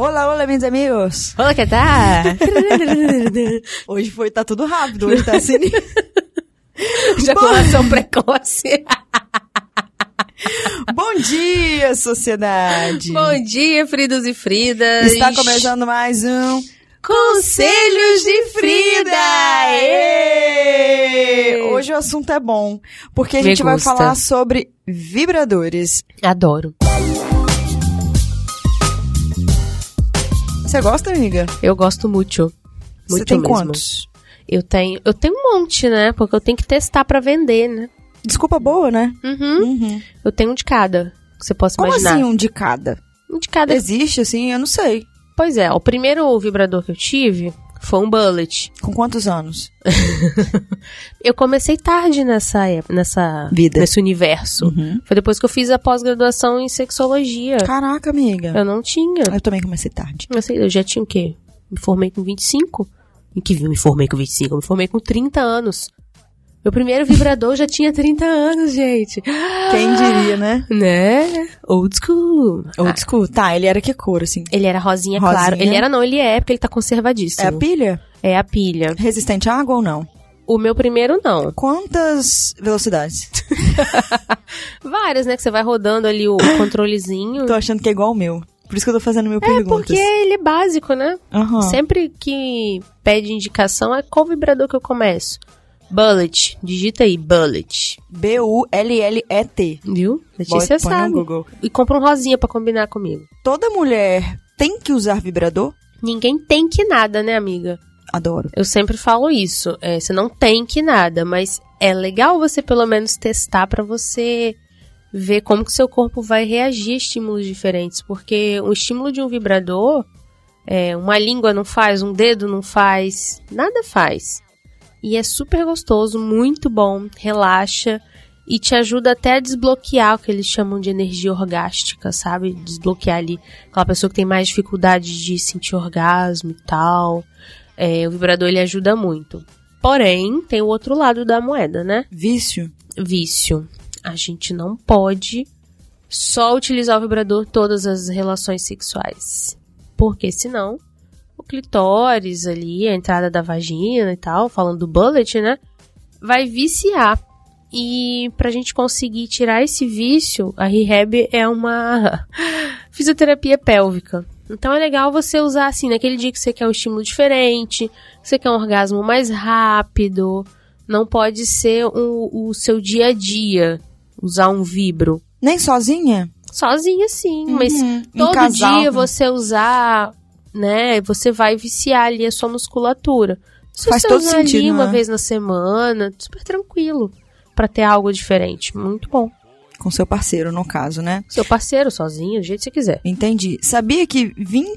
Olá, olá, meus amigos. Olá, que tal? Hoje tá tudo rápido, hoje tá assim. Ejaculação precoce. Bom dia, sociedade. Bom dia, Fridos e Fridas. Está começando mais um Conselhos de Frida. Hoje o assunto é bom, porque a Me gente vai gusta. falar sobre vibradores. Adoro. Você gosta, amiga? Eu gosto muito. Você Muito tem mesmo. quantos? Eu tenho um monte, né? Porque eu tenho que testar pra vender, né? Desculpa boa, né? Uhum. Eu tenho um de cada, que você possa Como imaginar. assim um de cada? Um de cada. Existe assim? Eu não sei. Pois é, o primeiro vibrador que eu tive foi um bullet. Com quantos anos? Eu comecei tarde nessa Vida. nesse universo. Uhum. Foi depois que eu fiz a pós-graduação em sexologia. Caraca, amiga. Eu não tinha. Eu também comecei tarde. Eu já tinha o quê? Me formei com 25? Em que me formei com 25? Eu me formei com 30 anos. Meu primeiro vibrador já tinha 30 anos, gente. Quem diria, né? Né? Old school. Old school. Tá, ele era que cor, assim? Ele era rosinha, Rosinha. claro. Ele é, porque ele tá conservadíssimo. É a pilha? É a pilha. Resistente à água ou não? O meu primeiro, não. Quantas velocidades? Várias, né? Que você vai rodando ali o controlezinho. Tô achando que é igual o meu. Por isso que eu tô fazendo mil perguntas. Porque ele é básico, né? Aham. Sempre que pede indicação, é qual vibrador que eu começo? Bullet. Digita aí, bullet. B-U-L-L-E-T. Viu? Letícia Põe no sabe. Google. E compra um rosinha pra combinar comigo. Toda mulher tem que usar vibrador? Ninguém tem que nada, né, amiga? Adoro. Eu sempre falo isso. Você não tem que nada, mas é legal você pelo menos testar pra você ver como que seu corpo vai reagir a estímulos diferentes. Porque o estímulo de um vibrador, uma língua não faz, um dedo não faz, nada faz. E é super gostoso, muito bom, relaxa e te ajuda até a desbloquear o que eles chamam de energia orgástica, sabe? Desbloquear ali aquela pessoa que tem mais dificuldade de sentir orgasmo e tal. O vibrador, ele ajuda muito. Porém, tem o outro lado da moeda, né? Vício? Vício. A gente não pode só utilizar o vibrador em todas as relações sexuais. Porque senão o clitóris ali, a entrada da vagina e tal, falando do bullet, né? Vai viciar. E pra gente conseguir tirar esse vício, a rehab é uma fisioterapia pélvica. Então é legal você usar assim, naquele dia que você quer um estímulo diferente, que você quer um orgasmo mais rápido. Não pode ser o seu dia a dia usar um vibro. Nem sozinha? Sozinha sim, mas Em todo casal, dia né? você usar, né, você vai viciar ali a sua musculatura. Se Faz você todo usar sentido, ali uma né? vez na semana, super tranquilo, pra ter algo diferente, muito bom. Com seu parceiro, no caso, né? Seu parceiro, sozinho, do jeito que você quiser. Entendi. Sabia que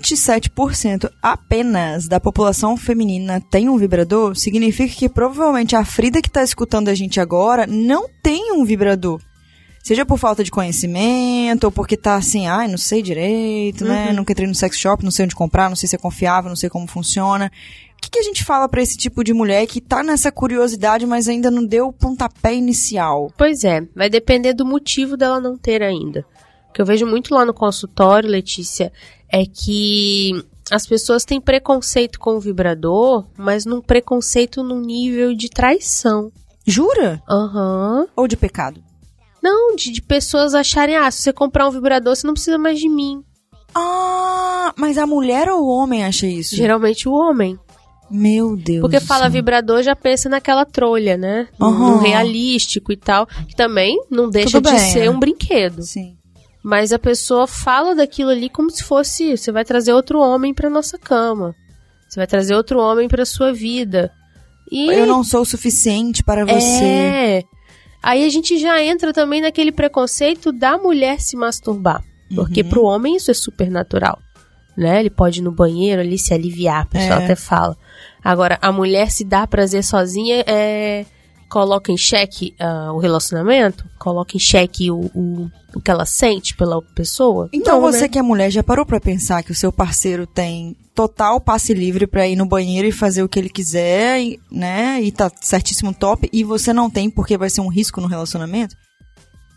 27% apenas da população feminina tem um vibrador? Significa que provavelmente a Frida que tá escutando a gente agora não tem um vibrador. Seja por falta de conhecimento, ou porque tá assim, não sei direito, né? Nunca entrei no sex shop, não sei onde comprar, não sei se é confiável, não sei como funciona. O que a gente fala pra esse tipo de mulher que tá nessa curiosidade, mas ainda não deu o pontapé inicial? Pois é, vai depender do motivo dela não ter ainda. O que eu vejo muito lá no consultório, Letícia, é que as pessoas têm preconceito com o vibrador, mas num preconceito num nível de traição. Jura? Aham. Ou de pecado? Não, de pessoas acharem, se você comprar um vibrador, você não precisa mais de mim. Mas a mulher ou o homem acha isso? Geralmente o homem. Meu Deus. Porque do fala céu. vibrador, já pensa naquela trolha, né? Aham. No realístico e tal. Que também não deixa Tudo de bem, ser um brinquedo. Sim. Mas a pessoa fala daquilo ali como se fosse, você vai trazer outro homem pra nossa cama. Você vai trazer outro homem pra sua vida. E Eu não sou o suficiente para você. Aí a gente já entra também naquele preconceito da mulher se masturbar. Porque pro homem isso é super natural, né? Ele pode ir no banheiro ali se aliviar, a pessoa até fala. Agora, a mulher se dá prazer sozinha, coloca em xeque o relacionamento, coloca em xeque o que ela sente pela pessoa. Então Não, você né? que é mulher, já parou pra pensar que o seu parceiro tem total passe livre pra ir no banheiro e fazer o que ele quiser, né? E tá certíssimo top, e você não tem porque vai ser um risco no relacionamento?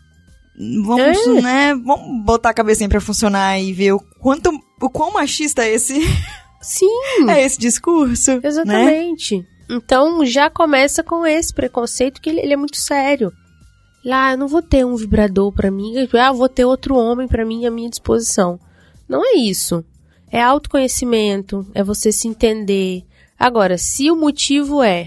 vamos, né, vamos botar a cabecinha pra funcionar e ver o quão machista é esse... Sim. É esse discurso, exatamente. Né? Então, já começa com esse preconceito que ele é muito sério. Lá, eu não vou ter um vibrador pra mim, eu vou ter outro homem pra mim à minha disposição. Não é isso. É autoconhecimento, é você se entender. Agora, se o motivo é,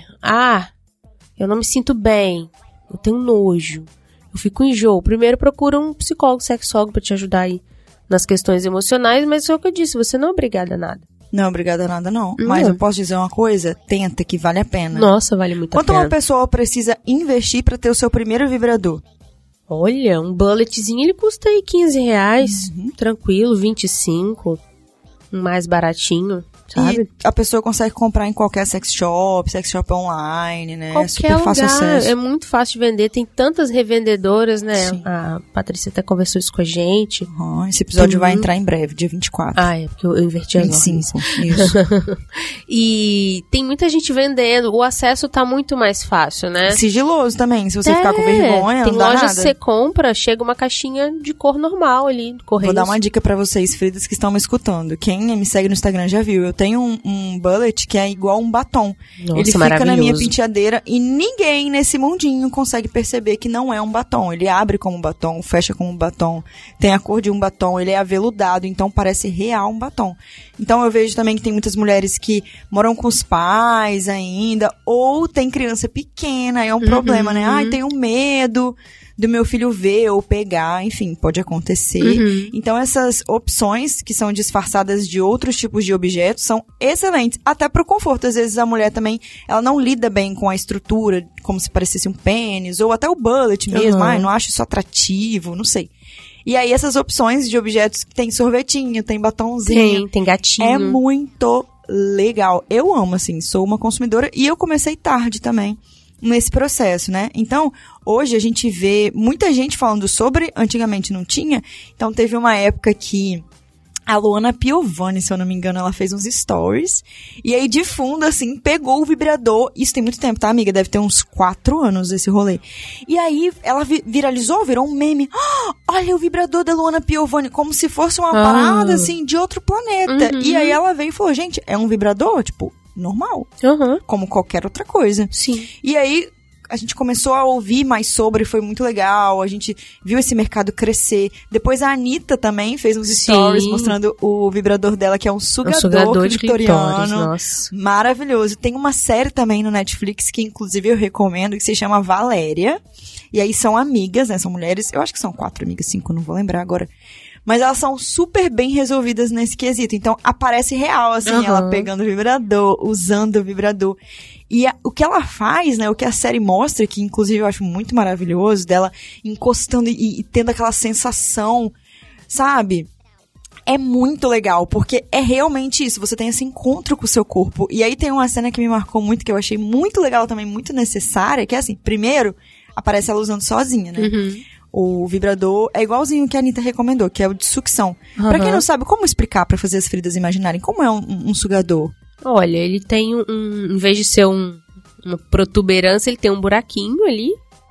eu não me sinto bem, eu tenho nojo, eu fico enjoo, primeiro procura um psicólogo, sexólogo pra te ajudar aí nas questões emocionais, mas é o que eu disse, você não é obrigada a nada. Não, obrigada a nada, não. Mas eu posso dizer uma coisa? Tenta, que vale a pena. Nossa, vale muito a pena. Quanto uma pessoa precisa investir pra ter o seu primeiro vibrador? Olha, um bulletzinho, ele custa aí R$15, tranquilo, 25, um mais baratinho, sabe? E a pessoa consegue comprar em qualquer sex shop online, né? Qualquer super fácil lugar, acesso. é muito fácil de vender, tem tantas revendedoras, né? Sim. A Patrícia até conversou isso com a gente. Esse episódio vai entrar em breve, dia 24. É porque eu inverti as 25, isso. E tem muita gente vendendo, o acesso tá muito mais fácil, né? Sigiloso também, se você ficar com vergonha, tem não dá loja nada. que você compra, chega uma caixinha de cor normal ali, do Correios. Vou dar uma dica pra vocês, Fridas, que estão me escutando. Quem me segue no Instagram já viu. Eu tenho um bullet que é igual um batom. Nossa, ele fica na minha penteadeira e ninguém nesse mundinho consegue perceber que não é um batom. Ele abre como um batom, fecha como um batom, tem a cor de um batom, ele é aveludado, então parece real um batom. Então eu vejo também que tem muitas mulheres que moram com os pais ainda, ou tem criança pequena, é um problema, né? Tenho medo do meu filho ver ou pegar, enfim, pode acontecer. Então essas opções que são disfarçadas de outros tipos de objetos são excelentes, até pro conforto. Às vezes a mulher também, ela não lida bem com a estrutura, como se parecesse um pênis, ou até o bullet mesmo, não acho isso atrativo, não sei. E aí essas opções de objetos que tem sorvetinho, tem batonzinho. Tem gatinho. É muito legal. Eu amo, assim, sou uma consumidora e eu comecei tarde também nesse processo, né? Então, hoje a gente vê muita gente falando sobre, antigamente não tinha, então teve uma época que a Luana Piovani, se eu não me engano, ela fez uns stories, e aí de fundo, assim, pegou o vibrador, isso tem muito tempo, tá, amiga? Deve ter uns 4 anos esse rolê. E aí, ela viralizou, virou um meme, olha o vibrador da Luana Piovani, como se fosse uma parada, assim, de outro planeta. E aí ela veio e falou, gente, é um vibrador, tipo, normal, como qualquer outra coisa. Sim. E aí, a gente começou a ouvir mais sobre, foi muito legal, a gente viu esse mercado crescer. Depois a Anitta também fez uns stories mostrando o vibrador dela, que é um sugador clitoriano. Nossa. Maravilhoso. Tem uma série também no Netflix, que inclusive eu recomendo, que se chama Valéria. E aí são amigas, né, são mulheres, eu acho que são 4 amigas, 5, não vou lembrar agora. Mas elas são super bem resolvidas nesse quesito. Então, aparece real, assim, ela pegando o vibrador, usando o vibrador. E o que ela faz, né, o que a série mostra, que inclusive eu acho muito maravilhoso, dela encostando e tendo aquela sensação, sabe? É muito legal, porque é realmente isso, você tem esse encontro com o seu corpo. E aí tem uma cena que me marcou muito, que eu achei muito legal também, muito necessária, que é assim, primeiro, aparece ela usando sozinha, né? O vibrador é igualzinho que a Anitta recomendou, que é o de sucção. Pra quem não sabe, como explicar pra fazer as Fridas imaginarem? Como é um sugador? Olha, ele tem em vez de ser uma protuberância, ele tem um buraquinho ali.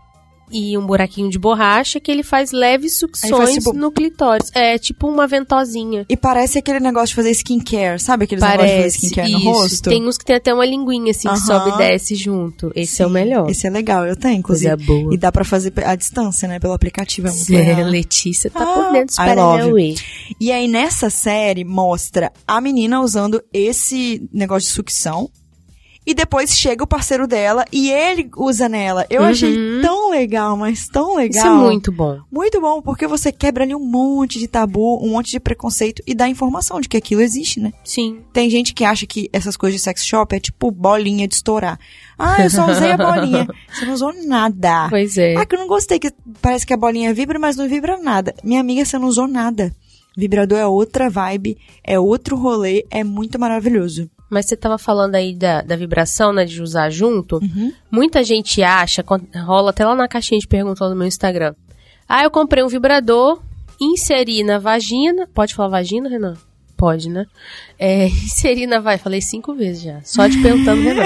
E um buraquinho de borracha que ele faz leves sucções no clitóris. É tipo uma ventosinha. E parece aquele negócio de fazer skincare, sabe? Aqueles negócios de fazer skincare no rosto? Tem uns que tem até uma linguinha assim que sobe e desce junto. Esse é o melhor. Esse é legal, eu tenho, inclusive. Coisa boa. E dá pra fazer à distância, né? Pelo aplicativo, é muito legal. Letícia tá por dentro, espera eu ir. E aí nessa série mostra a menina usando esse negócio de sucção. E depois chega o parceiro dela e ele usa nela. Eu achei tão legal, mas tão legal. Isso é muito bom. Muito bom, porque você quebra ali um monte de tabu, um monte de preconceito e dá informação de que aquilo existe, né? Sim. Tem gente que acha que essas coisas de sex shop é tipo bolinha de estourar. Eu só usei a bolinha. Você não usou nada. Pois é. Que eu não gostei, que parece que a bolinha vibra, mas não vibra nada. Minha amiga, você não usou nada. Vibrador é outra vibe, é outro rolê, é muito maravilhoso. Mas você tava falando aí da vibração, né, de usar junto. Muita gente acha, rola até lá na caixinha de perguntas no meu Instagram. Eu comprei um vibrador, inseri na vagina. Pode falar vagina, Renan? Pode, né? Inseri na vagina. Falei 5 vezes já, só te perguntando, Renan.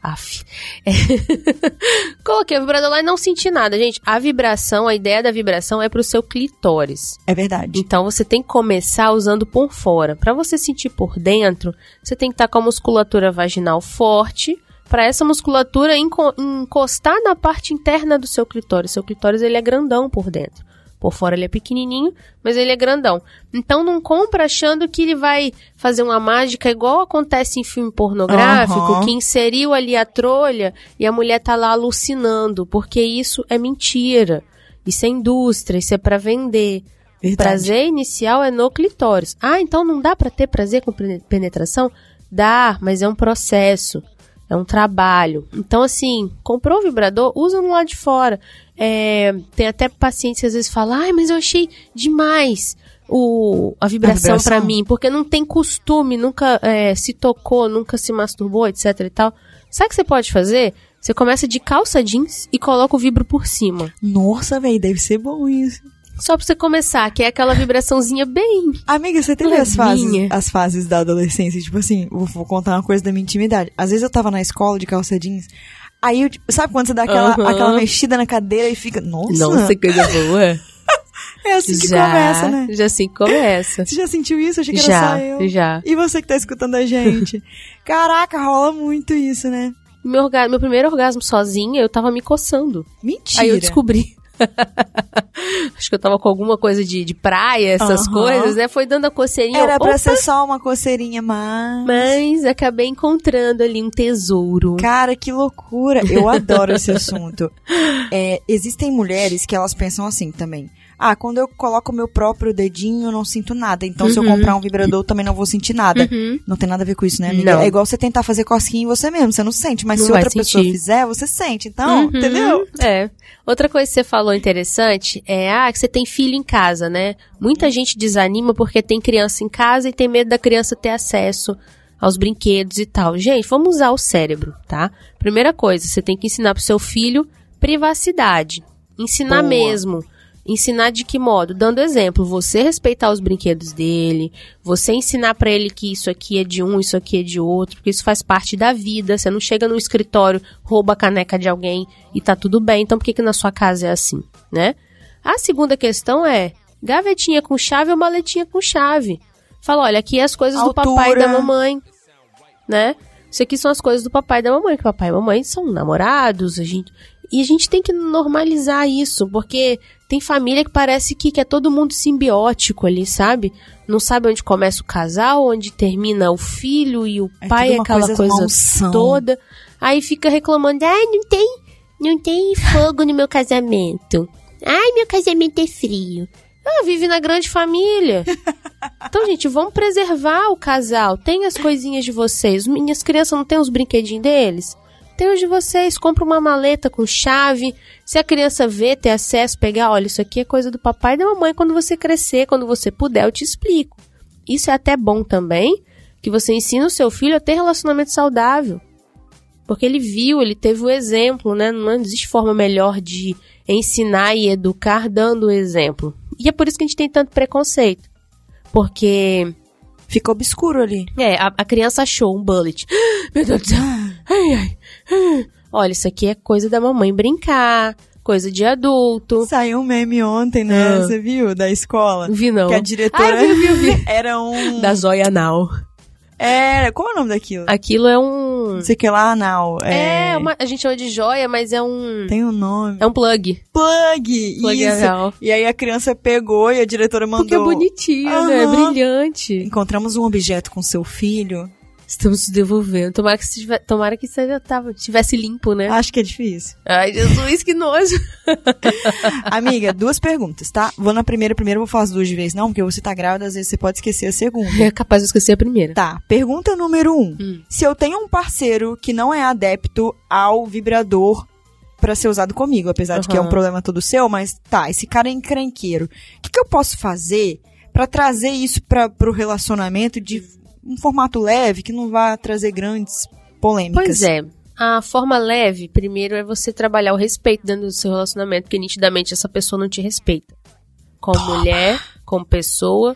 Coloquei o vibrador lá e não senti nada, gente. A ideia da vibração é pro seu clitóris. É verdade. Então você tem que começar usando por fora. Pra você sentir por dentro, você tem que estar com a musculatura vaginal forte, para essa musculatura encostar na parte interna do seu clitóris. Seu clitóris, ele é grandão por dentro. Por fora ele é pequenininho, mas ele é grandão. Então não compra achando que ele vai fazer uma mágica igual acontece em filme pornográfico, que inseriu ali a trolha e a mulher tá lá alucinando, porque isso é mentira. Isso é indústria, isso é pra vender. Verdade. O prazer inicial é no clitóris. Ah, então não dá pra ter prazer com penetração? Dá, mas é um processo. É um trabalho. Então, assim, comprou o vibrador, usa no lado de fora. Tem até pacientes que às vezes falam, mas eu achei demais a vibração pra mim, porque não tem costume, nunca se tocou, nunca se masturbou, etc e tal. Sabe o que você pode fazer? Você começa de calça jeans e coloca o vibro por cima. Nossa, velho, deve ser bom isso. Só pra você começar, que é aquela vibraçãozinha bem... Amiga, você teve as fases da adolescência? Tipo assim, vou contar uma coisa da minha intimidade. Às vezes eu tava na escola de calça jeans, aí, sabe quando você dá aquela mexida na cadeira e fica... Nossa, coisa boa. É assim que começa, né? Já assim começa. Você já sentiu isso? Achei que era só eu. Já. E você que tá escutando a gente? Caraca, rola muito isso, né? Meu primeiro orgasmo sozinha, eu tava me coçando. Mentira. Aí eu descobri. Acho que eu tava com alguma coisa de praia, essas coisas, né? Foi dando a coceirinha. Era pra ser só uma coceirinha, mas acabei encontrando ali um tesouro. Cara, que loucura. Eu adoro esse assunto. Existem mulheres que elas pensam assim também. Quando eu coloco o meu próprio dedinho, eu não sinto nada. Então, se eu comprar um vibrador, eu também não vou sentir nada. Não tem nada a ver com isso, né, amiga? Não. É igual você tentar fazer cosquinha em você mesmo. Você não sente, mas não se outra pessoa fizer, você sente. Então, entendeu? Outra coisa que você falou interessante é que você tem filho em casa, né? Muita gente desanima porque tem criança em casa e tem medo da criança ter acesso aos brinquedos e tal. Gente, vamos usar o cérebro, tá? Primeira coisa, você tem que ensinar pro seu filho privacidade. Ensinar mesmo. Ensinar de que modo? Dando exemplo, você respeitar os brinquedos dele, você ensinar pra ele que isso aqui é de um, isso aqui é de outro, porque isso faz parte da vida. Você não chega no escritório, rouba a caneca de alguém e tá tudo bem. Então por que na sua casa é assim, né? A segunda questão é gavetinha com chave ou maletinha com chave. Fala, olha, aqui é as coisas do papai e da mamãe, né? Isso aqui são as coisas do papai e da mamãe, que papai e mamãe são namorados, e a gente tem que normalizar isso, porque tem família que parece que é todo mundo simbiótico ali, sabe? Não sabe onde começa o casal, onde termina o filho e o pai, aquela coisa toda. Aí fica reclamando, não tem fogo no meu casamento. Meu casamento é frio. Vive na grande família. Então, gente, vamos preservar o casal. Tem as coisinhas de vocês. Minhas crianças não têm os brinquedinhos deles? Tem os de vocês. Compra uma maleta com chave. Se a criança ver, ter acesso, pegar, olha, isso aqui é coisa do papai e da mamãe. Quando você crescer, quando você puder, eu te explico. Isso é até bom também, que você ensina o seu filho a ter relacionamento saudável. Porque ele viu, ele teve o exemplo, né? Não existe forma melhor de ensinar e educar dando o exemplo. E é por isso que a gente tem tanto preconceito. Porque fica obscuro ali. A criança achou um bullet. Meu Deus do céu. Olha, isso aqui é coisa da mamãe brincar, coisa de adulto. Saiu um meme ontem, né? Você viu? Da escola. Vi não. Que a diretora vi. Era um... Da zóia anal. Qual é o nome daquilo? Aquilo é um... Não sei o que lá, anal. A gente chama de joia, mas é um... Tem um nome. É um plug. Plug, isso. Anal. E aí a criança pegou e a diretora mandou... Porque é bonitinho, né? É brilhante. Encontramos um objeto com seu filho. Estamos se devolvendo. Tomara que estivesse limpo, né? Acho que é difícil. Ai, Jesus, que nojo. Amiga, 2 perguntas, tá? Vou na primeira vou falar as 2 de vez, não, porque você tá grávida, às vezes você pode esquecer a segunda. É capaz de esquecer a primeira. Tá, pergunta número 1. Se eu tenho um parceiro que não é adepto ao vibrador pra ser usado comigo, apesar de que é um problema todo seu, mas esse cara é encrenqueiro. O que eu posso fazer pra trazer isso pro relacionamento de um formato leve, que não vai trazer grandes polêmicas? Pois é. A forma leve, primeiro, é você trabalhar o respeito dentro do seu relacionamento, porque nitidamente essa pessoa não te respeita. Como mulher, como pessoa,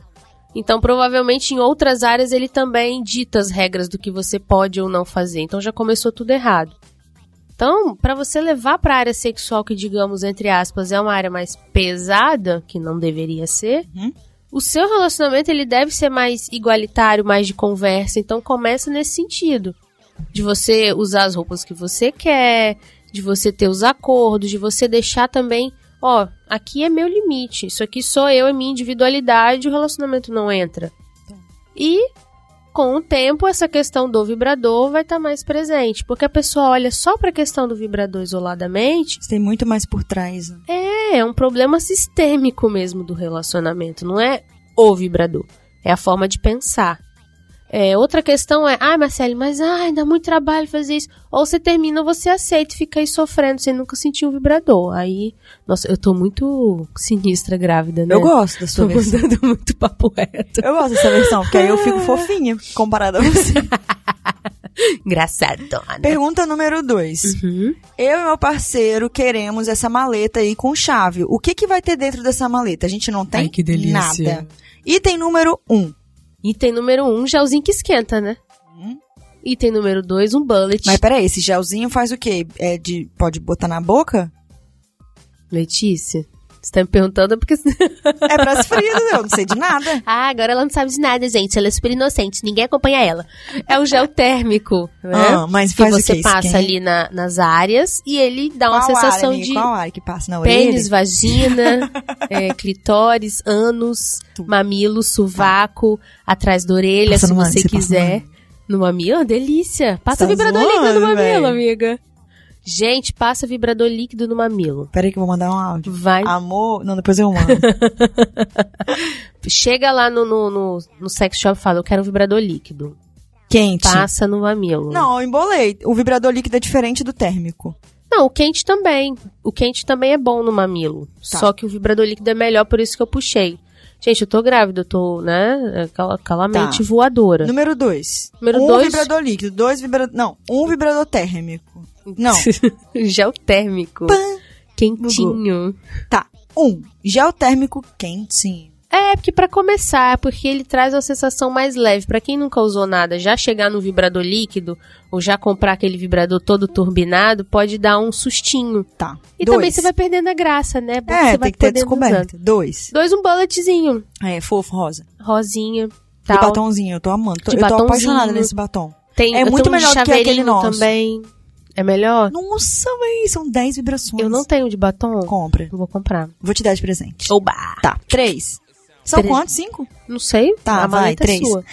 Então, provavelmente, em outras áreas, ele também dita as regras do que você pode ou não fazer. Então, já começou tudo errado. Então, para você levar para a área sexual, que, digamos, entre aspas, é uma área mais pesada, que não deveria ser, o seu relacionamento ele deve ser mais igualitário, mais de conversa. Então, começa nesse sentido. De você usar as roupas que você quer, de você ter os acordos, de você deixar também... aqui é meu limite, isso aqui sou eu, é minha individualidade, o relacionamento não entra. E, com o tempo, essa questão do vibrador vai estar mais presente, porque a pessoa olha só para a questão do vibrador isoladamente. Tem muito mais por trás. Né? É um problema sistêmico mesmo do relacionamento, não é o vibrador, é a forma de pensar. Outra questão é, Marcele, mas dá muito trabalho fazer isso. Ou você termina ou você aceita e fica aí sofrendo, você nunca sentiu um vibrador. Aí, nossa, eu tô muito sinistra grávida, né? Eu gosto da sua versão. Tô mandando muito papo reto. Eu gosto dessa versão, porque aí eu fico fofinha comparada a você. Engraçadona. Pergunta número 2. Eu e meu parceiro queremos essa maleta aí com chave. O que vai ter dentro dessa maleta? A gente não tem que delícia. Nada. Item número 1. Item número 1, gelzinho que esquenta, né? Item número 2, um bullet. Mas peraí, esse gelzinho faz o quê? Pode botar na boca? Letícia, você tá me perguntando porque... É pras frias, eu não sei de nada. Agora ela não sabe de nada, gente. Ela é super inocente, ninguém acompanha ela. É o gel térmico, né? Mas faz que você o quê? passa ali nas áreas e ele dá uma sensação de... Qual área que passa na orelha? Pênis, vagina, clitóris, ânus, mamilo, sovaco, atrás da orelha, se você quiser. No mamilo, delícia. Passa vibrador líquido no mamilo, amiga. Gente, passa vibrador líquido no mamilo. Peraí que eu vou mandar um áudio. Vai. Amor... Não, depois eu mando. Chega lá no sex shop e fala, eu quero um vibrador líquido. Quente. Passa no mamilo. Não, eu embolei. O vibrador líquido é diferente do térmico. Não, o quente também. O quente também é bom no mamilo. Tá. Só que o vibrador líquido é melhor, por isso que eu puxei. Gente, eu tô grávida, eu tô, né, aquela mente voadora. Número 2. Número 2. Vibrador líquido, 2 vibrador... Não, 1 vibrador térmico. Não. Gel térmico. Quentinho. Tá. 1. Gel térmico quentinho. Porque pra começar, porque ele traz uma sensação mais leve. Pra quem nunca usou nada, já chegar no vibrador líquido, ou já comprar aquele vibrador todo turbinado, pode dar um sustinho. Tá. E também você vai perdendo a graça, né? Porque você vai tem que ter descoberta. 2. 2, um bulletzinho. Fofo, rosa. Rosinha. Tal. De batonzinho, eu tô amando. Eu tô apaixonada nesse batom. Tem muito melhor do que aquele nosso. Também. É melhor? Nossa, véi, são 10 vibrações. Eu não tenho de batom. Compra. Eu vou comprar. Vou te dar de presente. Oba! Tá. 3. São quantos? 5? Não sei. Tá, a vai, maleta 3. é sua.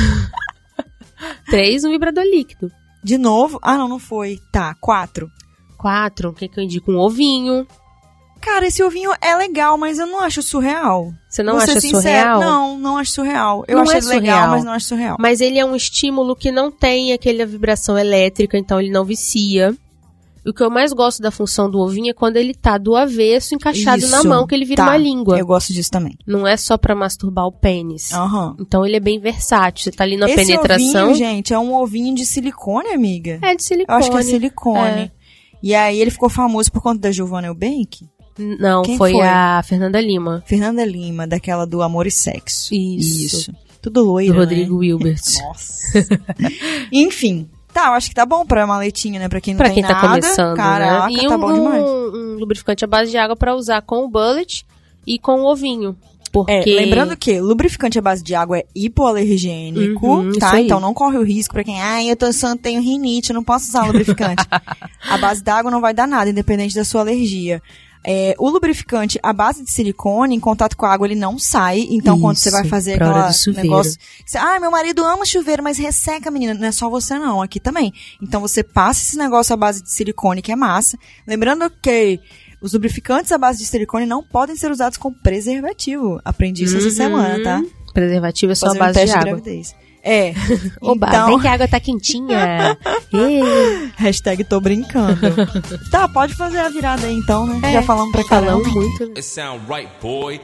3, um vibrador líquido. De novo? Não foi. Tá, 4. 4, o que eu indico? Um ovinho. Cara, esse ovinho é legal, mas eu não acho surreal. Você não acha surreal? Não acho surreal. Eu não acho surreal, legal, mas não acho surreal. Mas ele é um estímulo que não tem aquela vibração elétrica, então ele não vicia. O que eu mais gosto da função do ovinho é quando ele tá do avesso, encaixado na mão, que ele vira uma língua. Eu gosto disso também. Não é só pra masturbar o pênis. Então ele é bem versátil. Você tá ali na penetração. Esse ovinho, gente, é um ovinho de silicone, amiga. É de silicone. Eu acho que é silicone. E aí ele ficou famoso por conta da Giovanna Eubank? Não, foi a Fernanda Lima. Fernanda Lima, daquela do Amor e Sexo. Isso. Tudo loiro, do Rodrigo Wilbert. Nossa. Enfim. Tá, eu acho que tá bom pra maletinha, né? Pra quem não tem nada. Pra quem tá começando, caraca, né? E tá bom demais. Um lubrificante à base de água pra usar com o bullet e com o ovinho. Porque... lembrando que lubrificante à base de água é hipoalergênico, tá? Então não corre o risco pra quem, tenho rinite, eu não posso usar lubrificante. A base d'água não vai dar nada, independente da sua alergia. O lubrificante à base de silicone, em contato com a água, ele não sai. Então, quando você vai fazer aquele negócio... meu marido ama chuveiro, mas resseca, menina. Não é só você, não. Aqui também. Então, você passa esse negócio à base de silicone, que é massa. Lembrando que os lubrificantes à base de silicone não podem ser usados com preservativo. Aprendi isso essa semana, tá? Preservativo é só à base de água. Gravidez. Oba, então... bem que a água tá quentinha. Hashtag tô brincando. Tá, pode fazer a virada aí então, né? Já falamos pra caramba. Falamos muito. It sound right, boy.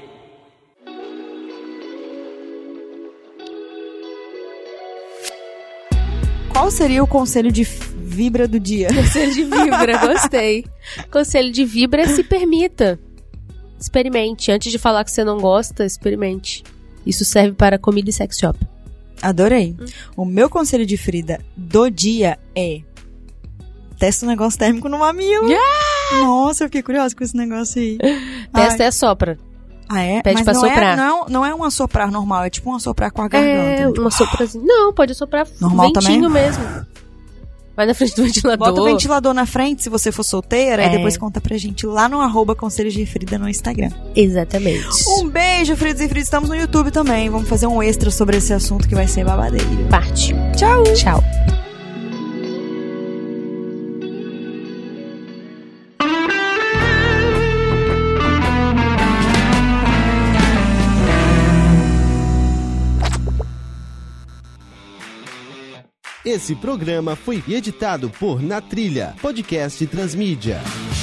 Qual seria o conselho de vibra do dia? Conselho de vibra, gostei. Conselho de vibra é se permita. Experimente. Antes de falar que você não gosta, experimente. Isso serve para comida e sex shop. Adorei. O meu conselho de Frida do dia é: testa o negócio térmico no mamilo. Nossa, eu fiquei curiosa com esse negócio aí. Testa e assopra. Ah, é? Pede Mas pra soprar. Não é um assoprar normal, é tipo um assoprar com a garganta. É, um assoprazinho. Não, pode assoprar normal ventinho também? mesmo. Vai na frente do ventilador. Bota o ventilador na frente se você for solteira e depois conta pra gente lá no @Conselhos de Frida no Instagram. Exatamente. Um beijo, Fridas e Fridas. Estamos no YouTube também. Vamos fazer um extra sobre esse assunto que vai ser babadeiro. Partiu. Tchau. Tchau. Esse programa foi editado por Na Trilha, podcast Transmídia.